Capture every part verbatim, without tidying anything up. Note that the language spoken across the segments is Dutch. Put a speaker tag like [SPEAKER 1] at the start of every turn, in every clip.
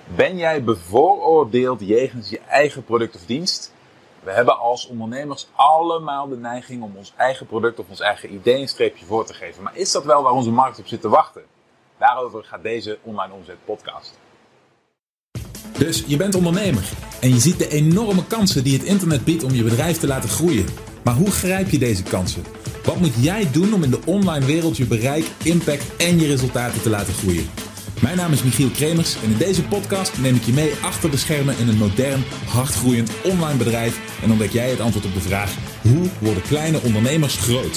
[SPEAKER 1] Ben jij bevooroordeeld jegens je eigen product of dienst? We hebben als ondernemers allemaal de neiging om ons eigen product of ons eigen idee een streepje voor te geven. Maar is dat wel waar onze markt op zit te wachten? Daarover gaat deze Online Omzet podcast.
[SPEAKER 2] Dus je bent ondernemer en je ziet de enorme kansen die het internet biedt om je bedrijf te laten groeien. Maar hoe grijp je deze kansen? Wat moet jij doen om in de online wereld je bereik, impact en je resultaten te laten groeien? Mijn naam is Michiel Kremers en in deze podcast neem ik je mee achter de schermen in een modern, hardgroeiend online bedrijf en ontdek jij het antwoord op de vraag: hoe worden kleine ondernemers groot?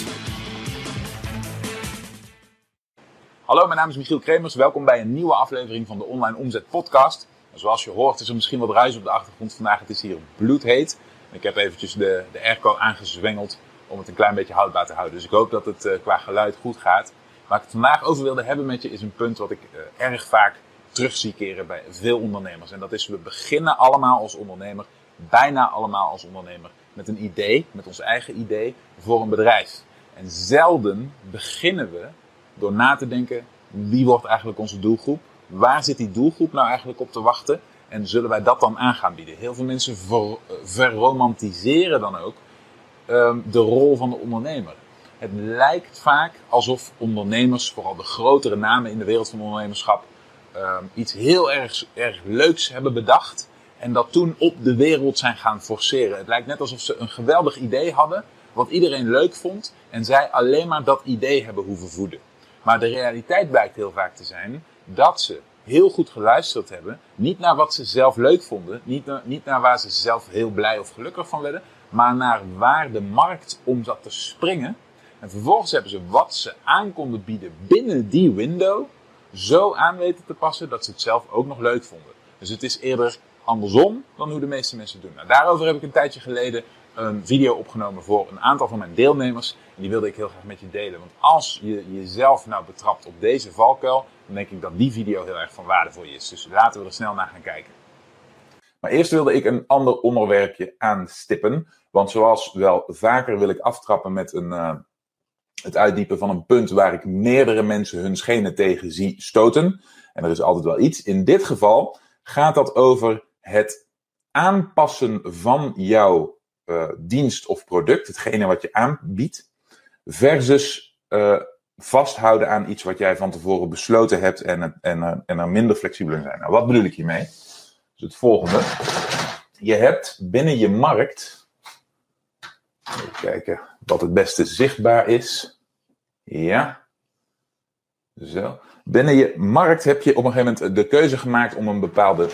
[SPEAKER 1] Hallo, mijn naam is Michiel Kremers. Welkom bij een nieuwe aflevering van de Online Omzet podcast. En zoals je hoort is er misschien wat ruis op de achtergrond vandaag. Het is hier bloedheet. Ik heb eventjes de, de airco aangezwengeld om het een klein beetje houdbaar te houden. Dus ik hoop dat het uh, qua geluid goed gaat. Waar ik het vandaag over wilde hebben met je is een punt wat ik uh, erg vaak terug zie keren bij veel ondernemers. En dat is, we beginnen allemaal als ondernemer, bijna allemaal als ondernemer, met een idee, met ons eigen idee voor een bedrijf. En zelden beginnen we door na te denken, wie wordt eigenlijk onze doelgroep? Waar zit die doelgroep nou eigenlijk op te wachten? En zullen wij dat dan aan gaan bieden? Heel veel mensen ver, verromantiseren dan ook um, de rol van de ondernemer. Het lijkt vaak alsof ondernemers, vooral de grotere namen in de wereld van ondernemerschap, um, iets heel erg, erg leuks hebben bedacht en dat toen op de wereld zijn gaan forceren. Het lijkt net alsof ze een geweldig idee hadden, wat iedereen leuk vond en zij alleen maar dat idee hebben hoeven voeden. Maar de realiteit blijkt heel vaak te zijn dat ze heel goed geluisterd hebben, niet naar wat ze zelf leuk vonden, niet naar, niet naar waar ze zelf heel blij of gelukkig van werden, maar naar waar de markt om zat te springen. En vervolgens hebben ze wat ze aan konden bieden binnen die window zo aan weten te passen dat ze het zelf ook nog leuk vonden. Dus het is eerder andersom dan hoe de meeste mensen doen. Nou, daarover heb ik een tijdje geleden een video opgenomen voor een aantal van mijn deelnemers. En die wilde ik heel graag met je delen. Want als je jezelf nou betrapt op deze valkuil, dan denk ik dat die video heel erg van waarde voor je is. Dus laten we er snel naar gaan kijken. Maar eerst wilde ik een ander onderwerpje aanstippen. Want zoals wel vaker wil ik aftrappen met een, uh, het uitdiepen van een punt waar ik meerdere mensen hun schenen tegen zie stoten. En er is altijd wel iets. In dit geval gaat dat over het aanpassen van jouw uh, dienst of product, hetgene wat je aanbiedt, versus uh, vasthouden aan iets wat jij van tevoren besloten hebt en, en, en er minder flexibel in zijn. Nou, wat bedoel ik hiermee? Dus het volgende. Je hebt binnen je markt, even kijken wat het beste zichtbaar is. Ja. Zo. Binnen je markt heb je op een gegeven moment de keuze gemaakt om een bepaalde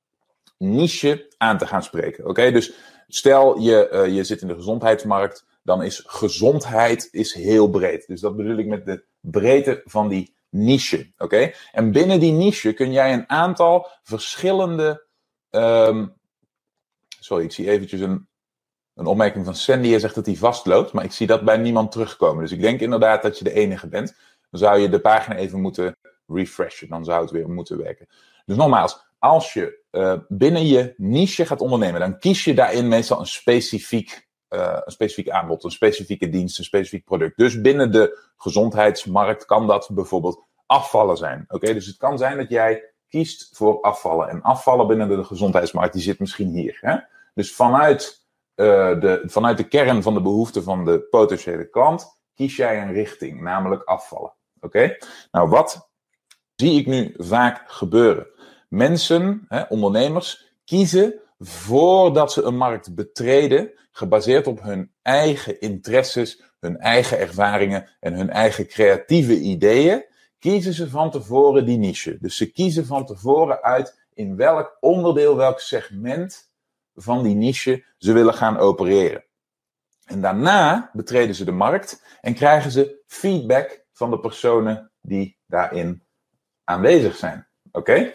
[SPEAKER 1] niche aan te gaan spreken. Oké, okay? Dus stel je, uh, je zit in de gezondheidsmarkt, dan is gezondheid is heel breed. Dus dat bedoel ik met de breedte van die niche. Oké, okay? En binnen die niche kun jij een aantal verschillende. Um, sorry, ik zie eventjes een, een opmerking van Sandy. Hij zegt dat hij vastloopt, maar ik zie dat bij niemand terugkomen. Dus ik denk inderdaad dat je de enige bent. Dan zou je de pagina even moeten refreshen. Dan zou het weer moeten werken. Dus nogmaals, als je uh, binnen je niche gaat ondernemen, dan kies je daarin meestal een specifiek, uh, een specifiek aanbod, een specifieke dienst, een specifiek product. Dus binnen de gezondheidsmarkt kan dat bijvoorbeeld afvallen zijn. Oké, okay? Dus het kan zijn dat jij kiest voor afvallen. En afvallen binnen de gezondheidsmarkt, die zit misschien hier. Hè? Dus vanuit, uh, de, vanuit de kern van de behoeften van de potentiële klant, kies jij een richting, namelijk afvallen. Oké? Okay? Nou, wat zie ik nu vaak gebeuren? Mensen, hè, ondernemers, kiezen voordat ze een markt betreden, gebaseerd op hun eigen interesses, hun eigen ervaringen en hun eigen creatieve ideeën, kiezen ze van tevoren die niche. Dus ze kiezen van tevoren uit in welk onderdeel, welk segment van die niche ze willen gaan opereren. En daarna betreden ze de markt en krijgen ze feedback van de personen die daarin aanwezig zijn. Oké? Okay?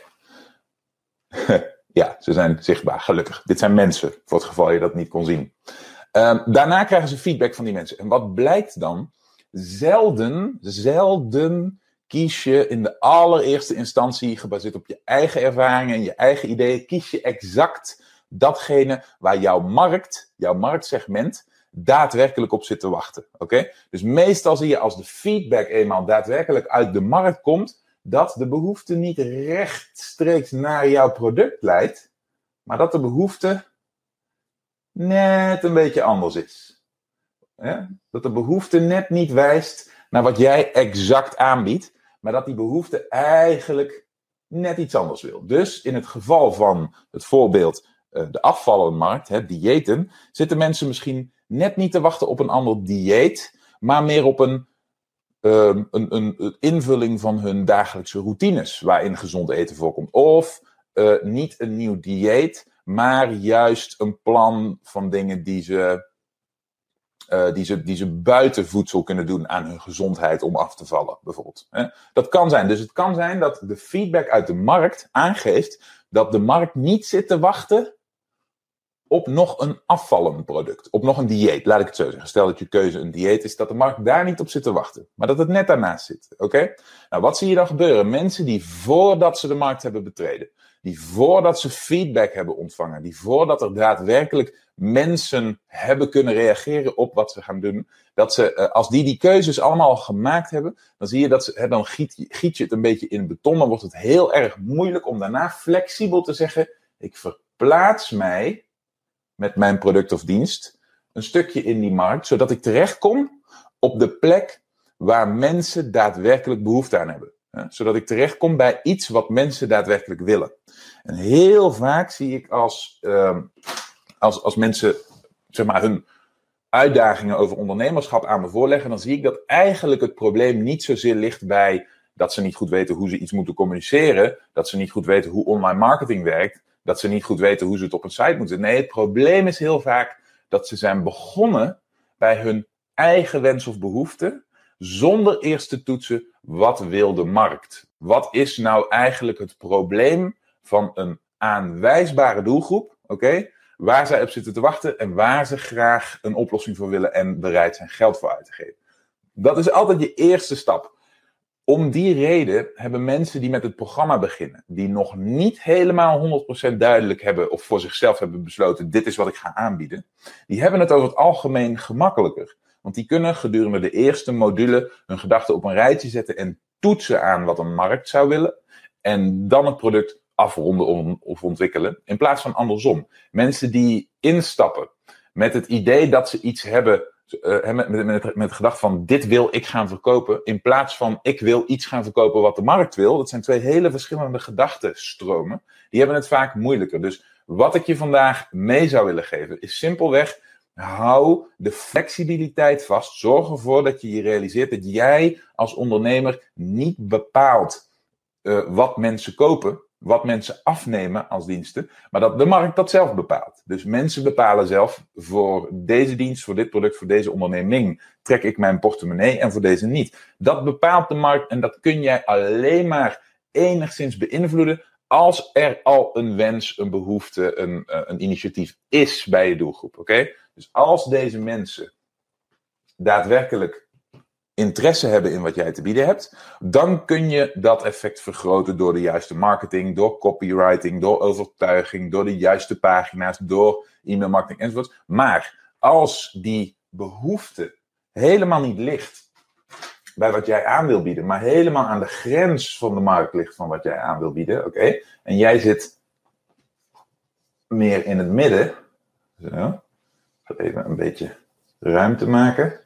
[SPEAKER 1] Ja, ze zijn zichtbaar, gelukkig. Dit zijn mensen, voor het geval je dat niet kon zien. Uh, daarna krijgen ze feedback van die mensen. En wat blijkt dan? Zelden, zelden kies je in de allereerste instantie, gebaseerd op je eigen ervaringen en je eigen ideeën, kies je exact datgene waar jouw markt, jouw marktsegment, daadwerkelijk op zit te wachten. Oké? Okay? Dus meestal zie je als de feedback eenmaal daadwerkelijk uit de markt komt, dat de behoefte niet rechtstreeks naar jouw product leidt, maar dat de behoefte net een beetje anders is. Ja? Dat de behoefte net niet wijst naar wat jij exact aanbiedt, maar dat die behoefte eigenlijk net iets anders wil. Dus in het geval van het voorbeeld uh, de afvallenmarkt, hè, diëten, zitten mensen misschien net niet te wachten op een ander dieet, maar meer op een, uh, een, een, een invulling van hun dagelijkse routines, waarin gezond eten voorkomt. Of uh, niet een nieuw dieet, maar juist een plan van dingen die ze, uh, die ze, die ze buiten voedsel kunnen doen aan hun gezondheid om af te vallen, bijvoorbeeld. Dat kan zijn. Dus het kan zijn dat de feedback uit de markt aangeeft dat de markt niet zit te wachten op nog een afvallend product, op nog een dieet, laat ik het zo zeggen. Stel dat je keuze een dieet is, dat de markt daar niet op zit te wachten, maar dat het net daarnaast zit. Oké? Okay? Nou, wat zie je dan gebeuren? Mensen die voordat ze de markt hebben betreden, die voordat ze feedback hebben ontvangen, die voordat er daadwerkelijk mensen hebben kunnen reageren op wat ze gaan doen, dat ze, als die die keuzes allemaal al gemaakt hebben, dan zie je dat ze, dan giet, giet je het een beetje in beton, dan wordt het heel erg moeilijk om daarna flexibel te zeggen, ik verplaats mij met mijn product of dienst een stukje in die markt, zodat ik terechtkom op de plek waar mensen daadwerkelijk behoefte aan hebben. Ja, zodat ik terechtkom bij iets wat mensen daadwerkelijk willen. En heel vaak zie ik als, uh, als, als mensen zeg maar, hun uitdagingen over ondernemerschap aan me voorleggen, dan zie ik dat eigenlijk het probleem niet zozeer ligt bij dat ze niet goed weten hoe ze iets moeten communiceren, dat ze niet goed weten hoe online marketing werkt, dat ze niet goed weten hoe ze het op een site moeten. Nee, het probleem is heel vaak dat ze zijn begonnen bij hun eigen wens of behoefte, zonder eerst te toetsen, wat wil de markt? Wat is nou eigenlijk het probleem van een aanwijsbare doelgroep, oké, okay, waar zij op zitten te wachten en waar ze graag een oplossing voor willen en bereid zijn geld voor uit te geven. Dat is altijd je eerste stap. Om die reden hebben mensen die met het programma beginnen, die nog niet helemaal honderd procent duidelijk hebben of voor zichzelf hebben besloten, dit is wat ik ga aanbieden, die hebben het over het algemeen gemakkelijker. Want die kunnen gedurende de eerste module hun gedachten op een rijtje zetten en toetsen aan wat een markt zou willen. En dan het product afronden of ontwikkelen. In plaats van andersom. Mensen die instappen met het idee dat ze iets hebben, uh, met, met, met, met het gedacht van dit wil ik gaan verkopen. In plaats van ik wil iets gaan verkopen wat de markt wil. Dat zijn twee hele verschillende gedachtenstromen. Die hebben het vaak moeilijker. Dus wat ik je vandaag mee zou willen geven is simpelweg, hou de flexibiliteit vast. Zorg ervoor dat je je realiseert dat jij als ondernemer niet bepaalt uh, wat mensen kopen, wat mensen afnemen als diensten, maar dat de markt dat zelf bepaalt. Dus mensen bepalen zelf, voor deze dienst, voor dit product, voor deze onderneming trek ik mijn portemonnee en voor deze niet. Dat bepaalt de markt en dat kun jij alleen maar enigszins beïnvloeden als er al een wens, een behoefte, een, uh, een initiatief is bij je doelgroep. Oké? Okay? Dus als deze mensen daadwerkelijk interesse hebben in wat jij te bieden hebt, dan kun je dat effect vergroten door de juiste marketing, door copywriting, door overtuiging, door de juiste pagina's, door e-mailmarketing enzovoort. Maar als die behoefte helemaal niet ligt bij wat jij aan wil bieden, maar helemaal aan de grens van de markt ligt van wat jij aan wil bieden, oké, okay, en jij zit meer in het midden, zo, ik ga even een beetje ruimte maken.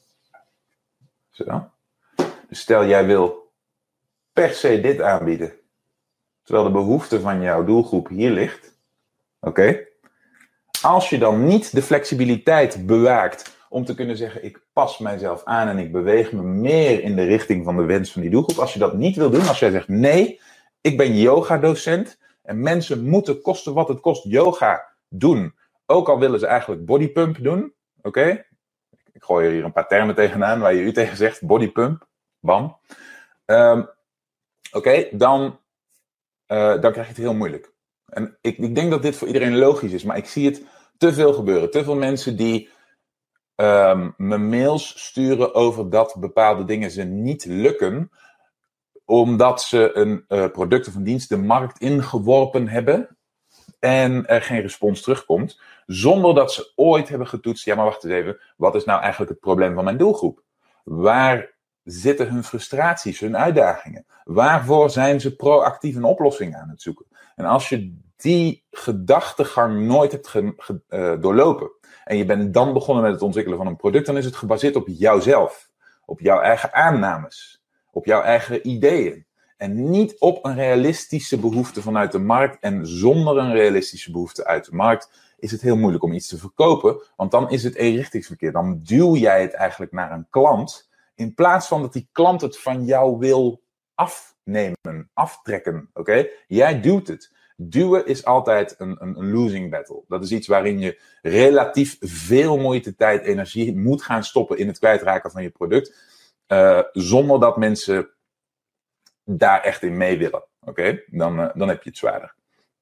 [SPEAKER 1] Zo. Dus stel jij wil per se dit aanbieden, terwijl de behoefte van jouw doelgroep hier ligt. Oké. Okay. Als je dan niet de flexibiliteit bewaakt om te kunnen zeggen, ik pas mijzelf aan en ik beweeg me meer in de richting van de wens van die doelgroep. Als je dat niet wil doen, als jij zegt, nee, ik ben yoga-docent en mensen moeten kosten wat het kost yoga doen. Ook al willen ze eigenlijk bodypump doen. Oké. Okay. Ik gooi er hier een paar termen tegenaan waar je u tegen zegt. Bodypump. Bam. Um, Oké, okay, dan, uh, dan krijg je het heel moeilijk. En ik, ik denk dat dit voor iedereen logisch is. Maar ik zie het te veel gebeuren. Te veel mensen die um, me mails sturen over dat bepaalde dingen ze niet lukken. Omdat ze een uh, product of een dienst de markt ingeworpen hebben. En er geen respons terugkomt. Zonder dat ze ooit hebben getoetst. Ja, maar wacht eens even. Wat is nou eigenlijk het probleem van mijn doelgroep? Waar zitten hun frustraties, hun uitdagingen? Waarvoor zijn ze proactief een oplossing aan het zoeken? En als je die gedachtegang nooit hebt ge, ge, uh, doorlopen en je bent dan begonnen met het ontwikkelen van een product, dan is het gebaseerd op jouzelf, op jouw eigen aannames, op jouw eigen ideeën. En niet op een realistische behoefte vanuit de markt. En zonder een realistische behoefte uit de markt is het heel moeilijk om iets te verkopen. Want dan is het eenrichtingsverkeer. Dan duw jij het eigenlijk naar een klant. In plaats van dat die klant het van jou wil afnemen, aftrekken. Oké? Okay? Jij duwt het. Duwen is altijd een, een, een losing battle. Dat is iets waarin je relatief veel moeite, tijd, energie moet gaan stoppen in het kwijtraken van je product. Uh, zonder dat mensen daar echt in mee willen. Oké? Okay? Dan, uh, dan heb je het zwaarder.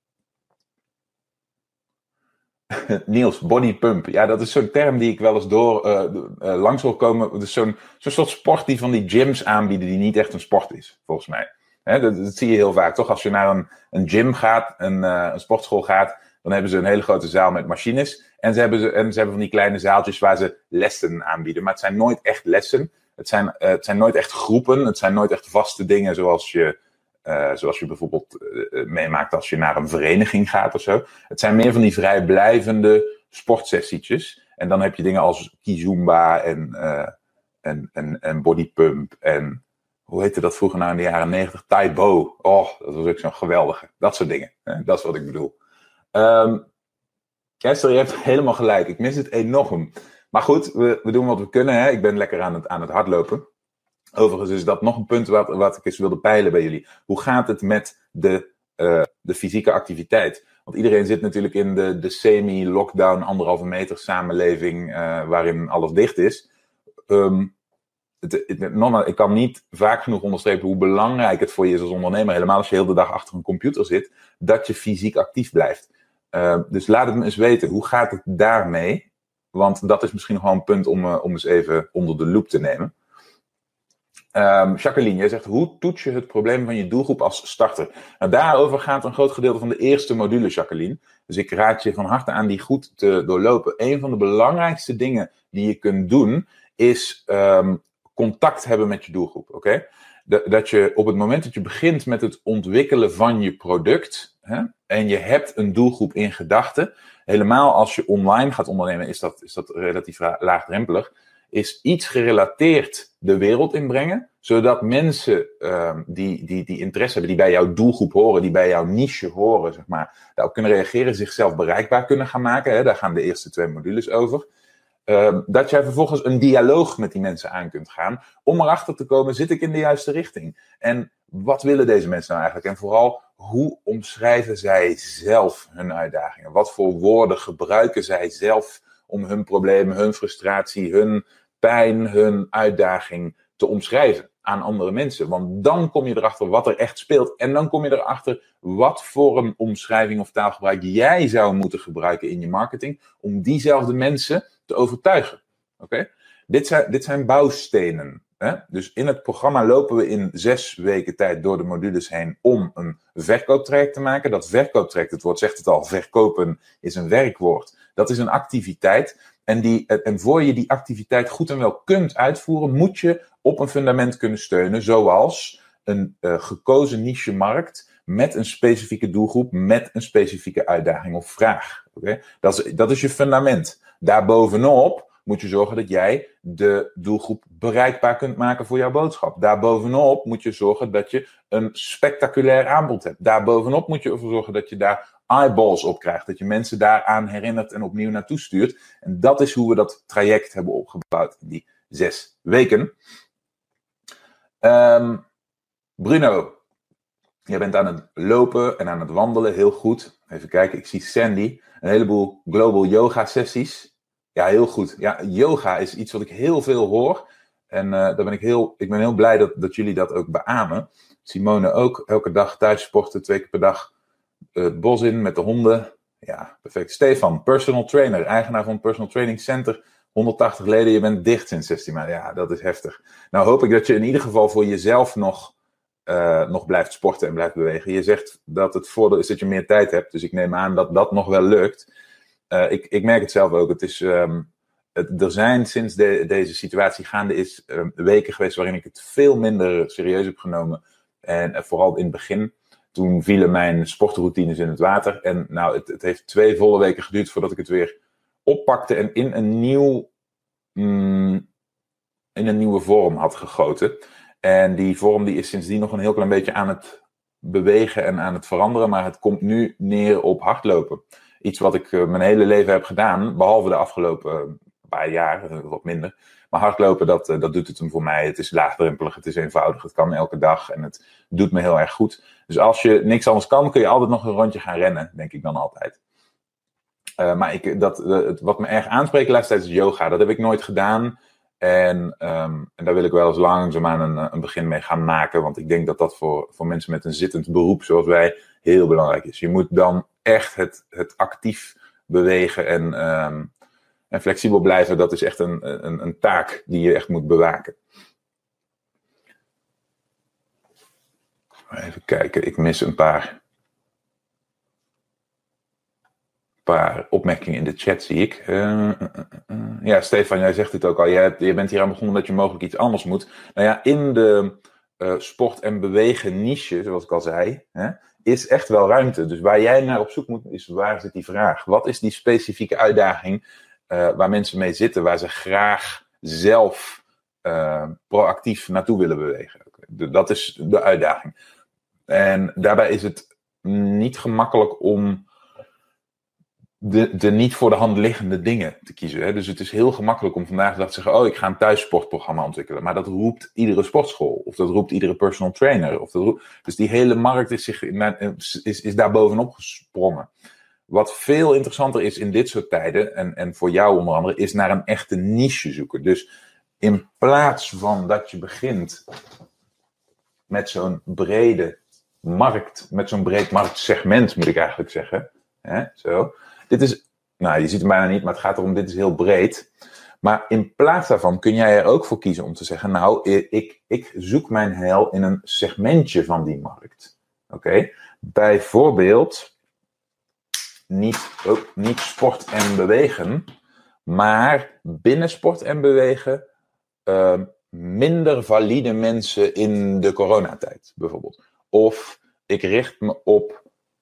[SPEAKER 1] Niels, bodypump. Ja, dat is zo'n term die ik wel eens door uh, uh, langs wil komen. Dat is zo'n, zo'n soort sport die van die gyms aanbieden die niet echt een sport is, volgens mij. He, dat, dat zie je heel vaak, toch? Als je naar een, een gym gaat, een, uh, een sportschool gaat, dan hebben ze een hele grote zaal met machines. En ze, hebben ze, en ze hebben van die kleine zaaltjes waar ze lessen aanbieden. Maar het zijn nooit echt lessen. Het zijn, uh, het zijn nooit echt groepen. Het zijn nooit echt vaste dingen zoals je, uh, zoals je bijvoorbeeld uh, meemaakt als je naar een vereniging gaat of zo. Het zijn meer van die vrijblijvende sportsessietjes. En dan heb je dingen als kizumba en, uh, en, en, en bodypump en hoe heette dat vroeger nou in de jaren negentig? Taibo. Oh, dat was ook zo'n geweldige. Dat soort dingen. Hè? Dat is wat ik bedoel. Um, Esther, je hebt helemaal gelijk. Ik mis het enorm. Maar goed, we, we doen wat we kunnen. Hè? Ik ben lekker aan het, aan het hardlopen. Overigens is dat nog een punt wat, wat ik eens wilde peilen bij jullie. Hoe gaat het met de, uh, de fysieke activiteit? Want iedereen zit natuurlijk in de, de semi-lockdown, anderhalve meter samenleving, uh, waarin alles dicht is. Um, Het, het, nonna, ik kan niet vaak genoeg onderstrepen hoe belangrijk het voor je is als ondernemer, helemaal als je heel de dag achter een computer zit, dat je fysiek actief blijft. Uh, dus laat het me eens weten, hoe gaat het daarmee? Want dat is misschien nog wel een punt om, uh, om eens even onder de loep te nemen. Um, Jacqueline, jij zegt, hoe toets je het probleem van je doelgroep als starter? Nou, daarover gaat een groot gedeelte van de eerste module, Jacqueline. Dus ik raad je van harte aan die goed te doorlopen. Een van de belangrijkste dingen die je kunt doen, is um, contact hebben met je doelgroep, oké? Okay? Dat je op het moment dat je begint met het ontwikkelen van je product, hè, en je hebt een doelgroep in gedachten, helemaal als je online gaat ondernemen, is dat, is dat relatief laagdrempelig, is iets gerelateerd de wereld inbrengen, zodat mensen uh, die, die, die interesse hebben, die bij jouw doelgroep horen, die bij jouw niche horen, zeg maar, daarop kunnen reageren, zichzelf bereikbaar kunnen gaan maken, hè, daar gaan de eerste twee modules over. Uh, dat jij vervolgens een dialoog met die mensen aan kunt gaan, om erachter te komen, zit ik in de juiste richting? En wat willen deze mensen nou eigenlijk? En vooral, hoe omschrijven zij zelf hun uitdagingen? Wat voor woorden gebruiken zij zelf om hun problemen, hun frustratie, hun pijn, hun uitdaging te omschrijven aan andere mensen? Want dan kom je erachter wat er echt speelt. En dan kom je erachter wat voor een omschrijving of taalgebruik jij zou moeten gebruiken in je marketing om diezelfde mensen te overtuigen. Oké? Okay? Dit zijn, dit zijn bouwstenen. Hè? Dus in het programma lopen we in zes weken tijd door de modules heen om een verkooptraject te maken. Dat verkooptraject, het woord zegt het al, verkopen is een werkwoord. Dat is een activiteit. En, die, en voor je die activiteit goed en wel kunt uitvoeren, moet je op een fundament kunnen steunen, zoals een uh, gekozen niche-markt met een specifieke doelgroep, met een specifieke uitdaging of vraag. Okay? Dat is, dat is je fundament. Daarbovenop moet je zorgen dat jij de doelgroep bereikbaar kunt maken voor jouw boodschap. Daarbovenop moet je zorgen dat je een spectaculair aanbod hebt. Daarbovenop moet je ervoor zorgen dat je daar eyeballs op krijgt. Dat je mensen daaraan herinnert en opnieuw naartoe stuurt. En dat is hoe we dat traject hebben opgebouwd in die zes weken. Um, Bruno, jij bent aan het lopen en aan het wandelen. Heel goed. Even kijken, ik zie Sandy. Een heleboel global yoga sessies. Ja, heel goed. Ja, yoga is iets wat ik heel veel hoor. En uh, daar ben ik, heel, ik ben heel blij dat, dat jullie dat ook beamen. Simone ook. Elke dag thuis sporten, twee keer per dag uh, het bos in met de honden. Ja, perfect. Stefan, personal trainer, eigenaar van Personal Training Center. honderdtachtig leden, je bent dicht sinds zestien maanden. Ja, dat is heftig. Nou hoop ik dat je in ieder geval voor jezelf nog, uh, nog blijft sporten en blijft bewegen. Je zegt dat het voordeel is dat je meer tijd hebt. Dus ik neem aan dat dat nog wel lukt. Uh, ik, ik merk het zelf ook. Het is, um, het, er zijn sinds de, deze situatie gaande is uh, weken geweest waarin ik het veel minder serieus heb genomen. En uh, vooral in het begin, toen vielen mijn sportroutines in het water. En nou, het, het heeft twee volle weken geduurd voordat ik het weer oppakte en in een nieuw... Mm, in een nieuwe vorm had gegoten. En die vorm die is sindsdien nog een heel klein beetje aan het bewegen en aan het veranderen. Maar het komt nu neer op hardlopen. Iets wat ik uh, mijn hele leven heb gedaan. Behalve de afgelopen uh, paar jaar, uh, wat minder. Maar hardlopen, dat, uh, dat doet het hem voor mij. Het is laagdrempelig, het is eenvoudig. Het kan elke dag en het doet me heel erg goed. Dus als je niks anders kan, kun je altijd nog een rondje gaan rennen. Denk ik dan altijd. Uh, maar ik, dat, uh, het, wat me erg aanspreekt laatst tijd is yoga. Dat heb ik nooit gedaan. En, um, en daar wil ik wel eens langzaamaan een, een begin mee gaan maken. Want ik denk dat dat voor, voor mensen met een zittend beroep zoals wij heel belangrijk is. Je moet dan echt het, het actief bewegen en, um, en flexibel blijven. Dat is echt een, een, een taak die je echt moet bewaken. Even kijken, ik mis een paar... paar opmerkingen in de chat, zie ik. Uh, uh, uh, uh. Ja, Stefan, jij zegt het ook al. Je, je bent hier aan begonnen dat je mogelijk iets anders moet. Nou ja, in de uh, sport- en bewegen niche, zoals ik al zei, hè, is echt wel ruimte. Dus waar jij naar op zoek moet, is waar zit die vraag? Wat is die specifieke uitdaging uh, waar mensen mee zitten, waar ze graag zelf uh, proactief naartoe willen bewegen? De, dat is de uitdaging. En daarbij is het niet gemakkelijk om De, de niet voor de hand liggende dingen te kiezen. Hè? Dus het is heel gemakkelijk om vandaag de dag te zeggen, oh, ik ga een thuissportprogramma ontwikkelen. Maar dat roept iedere sportschool. Of dat roept iedere personal trainer. Of dat roept... Dus die hele markt is, zich, is, is daar bovenop gesprongen. Wat veel interessanter is in dit soort tijden, en, en voor jou onder andere, is naar een echte niche zoeken. Dus in plaats van dat je begint met zo'n brede markt, met zo'n breed marktsegment, moet ik eigenlijk zeggen. Hè? Zo. Dit is, nou je ziet hem bijna niet, maar het gaat erom, dit is heel breed. Maar in plaats daarvan kun jij er ook voor kiezen om te zeggen, nou, ik, ik zoek mijn heil in een segmentje van die markt. Oké? Okay? Bijvoorbeeld, niet, oh, niet sport en bewegen, maar binnen sport en bewegen uh, minder valide mensen in de coronatijd, bijvoorbeeld. Of ik richt me op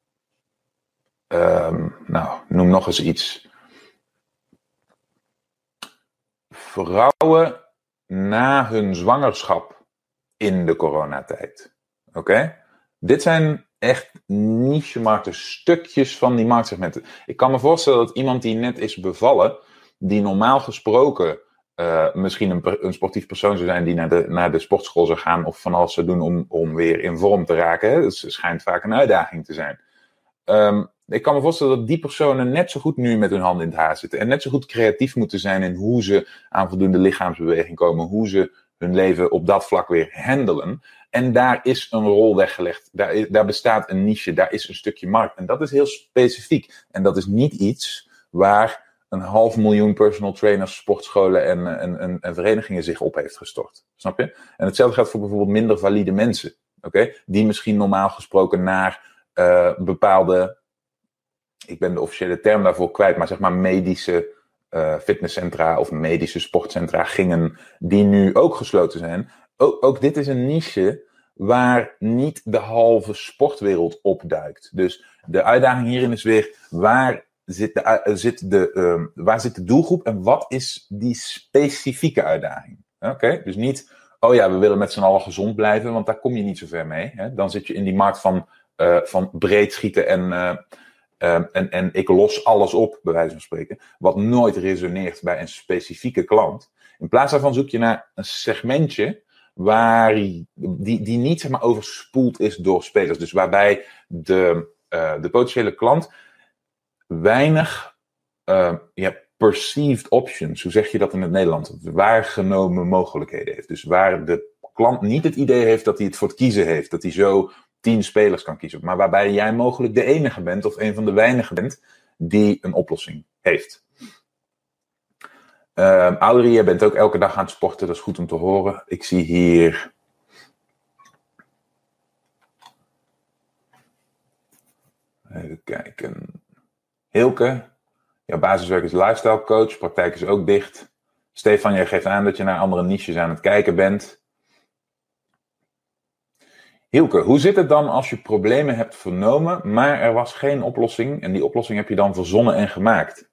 [SPEAKER 1] Um, nou, noem nog eens iets. Vrouwen na hun zwangerschap in de coronatijd. Oké? Okay? Dit zijn echt niche-markten, stukjes van die marktsegmenten. Ik kan me voorstellen dat iemand die net is bevallen, die normaal gesproken uh, misschien een, een sportief persoon zou zijn die naar de, naar de sportschool zou gaan of van alles zou doen om, om weer in vorm te raken. Hè? Dat schijnt vaak een uitdaging te zijn. Um, Ik kan me voorstellen dat die personen net zo goed nu met hun handen in het haar zitten. En net zo goed creatief moeten zijn in hoe ze aan voldoende lichaamsbeweging komen. Hoe ze hun leven op dat vlak weer handelen. En daar is een rol weggelegd. Daar, is, daar bestaat een niche. Daar is een stukje markt. En dat is heel specifiek. En dat is niet iets waar een half miljoen personal trainers, sportscholen en, en, en, en verenigingen zich op heeft gestort. Snap je? En hetzelfde geldt voor bijvoorbeeld minder valide mensen. Okay? Die misschien normaal gesproken naar uh, bepaalde... Ik ben de officiële term daarvoor kwijt, maar zeg maar medische uh, fitnesscentra of medische sportcentra gingen, die nu ook gesloten zijn. Ook, ook dit is een niche waar niet de halve sportwereld opduikt. Dus de uitdaging hierin is weer, waar zit de, uh, zit de, uh, waar zit de doelgroep en wat is die specifieke uitdaging? Oké, okay? Dus niet, oh ja, we willen met z'n allen gezond blijven, want daar kom je niet zo ver mee. Hè? Dan zit je in die markt van, uh, van breed schieten en... Uh, Um, en, en ik los alles op, bij wijze van spreken, wat nooit resoneert bij een specifieke klant. In plaats daarvan zoek je naar een segmentje waar die, die niet zeg maar, overspoeld is door spelers. Dus waarbij de, uh, de potentiële klant weinig uh, ja, perceived options, hoe zeg je dat in het Nederlands, waargenomen mogelijkheden heeft. Dus waar de klant niet het idee heeft dat hij het voor het kiezen heeft, dat hij zo tien spelers kan kiezen, maar waarbij jij mogelijk de enige bent of een van de weinigen bent die een oplossing heeft. Uh, Audrey, jij bent ook elke dag aan het sporten, dat is goed om te horen. Ik zie hier... Even kijken. Hilke, Jouw basiswerk is lifestyle coach. Praktijk is ook dicht. Stefan, jij geeft aan dat je naar andere niches aan het kijken bent. Hielke, hoe zit het dan als je problemen hebt vernomen, maar er was geen oplossing en die oplossing heb je dan verzonnen en gemaakt?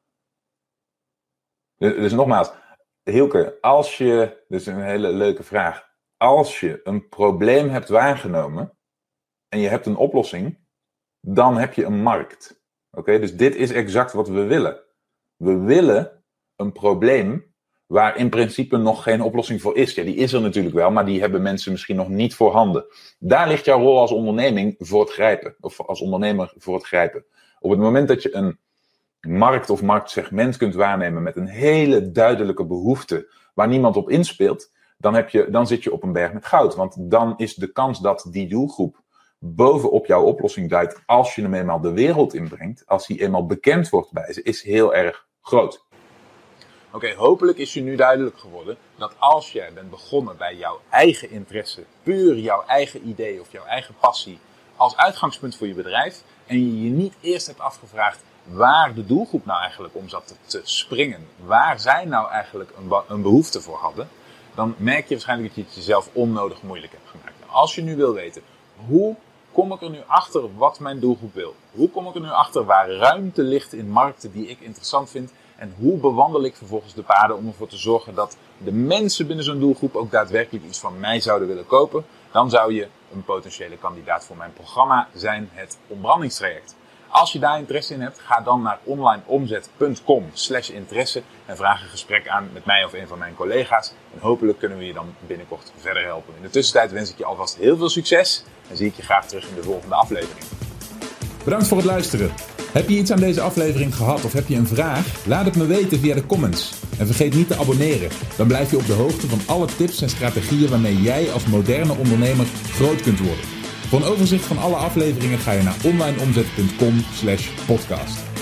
[SPEAKER 1] Dus, dus nogmaals, Hielke, als je, dit is een hele leuke vraag, als je een probleem hebt waargenomen en je hebt een oplossing, dan heb je een markt. Oké, okay? Dus dit is exact wat we willen. We willen een probleem waar in principe nog geen oplossing voor is. Ja, die is er natuurlijk wel, maar die hebben mensen misschien nog niet voorhanden. Daar ligt jouw rol als onderneming voor het grijpen. Of als ondernemer voor het grijpen. Op het moment dat je een markt of marktsegment kunt waarnemen met een hele duidelijke behoefte waar niemand op inspeelt, dan, heb je, dan zit je op een berg met goud. Want dan is de kans dat die doelgroep bovenop jouw oplossing duikt als je hem eenmaal de wereld inbrengt, als die eenmaal bekend wordt bij ze, is heel erg groot. Oké, okay, hopelijk is je nu duidelijk geworden dat als jij bent begonnen bij jouw eigen interesse, puur jouw eigen idee of jouw eigen passie als uitgangspunt voor je bedrijf en je je niet eerst hebt afgevraagd waar de doelgroep nou eigenlijk om zat te, te springen, waar zij nou eigenlijk een, een behoefte voor hadden, dan merk je waarschijnlijk dat je het jezelf onnodig moeilijk hebt gemaakt. Nou, als je nu wil weten, hoe kom ik er nu achter wat mijn doelgroep wil? Hoe kom ik er nu achter waar ruimte ligt in markten die ik interessant vind? En hoe bewandel ik vervolgens de paden om ervoor te zorgen dat de mensen binnen zo'n doelgroep ook daadwerkelijk iets van mij zouden willen kopen? Dan zou je een potentiële kandidaat voor mijn programma zijn, het ontbrandingstraject. Als je daar interesse in hebt, ga dan naar onlineomzet.com slash interesse en vraag een gesprek aan met mij of een van mijn collega's. En hopelijk kunnen we je dan binnenkort verder helpen. In de tussentijd wens ik je alvast heel veel succes en zie ik je graag terug in de volgende aflevering.
[SPEAKER 2] Bedankt voor het luisteren. Heb je iets aan deze aflevering gehad of heb je een vraag? Laat het me weten via de comments. En vergeet niet te abonneren. Dan blijf je op de hoogte van alle tips en strategieën waarmee jij als moderne ondernemer groot kunt worden. Voor een overzicht van alle afleveringen ga je naar onlineomzet.com slash podcast.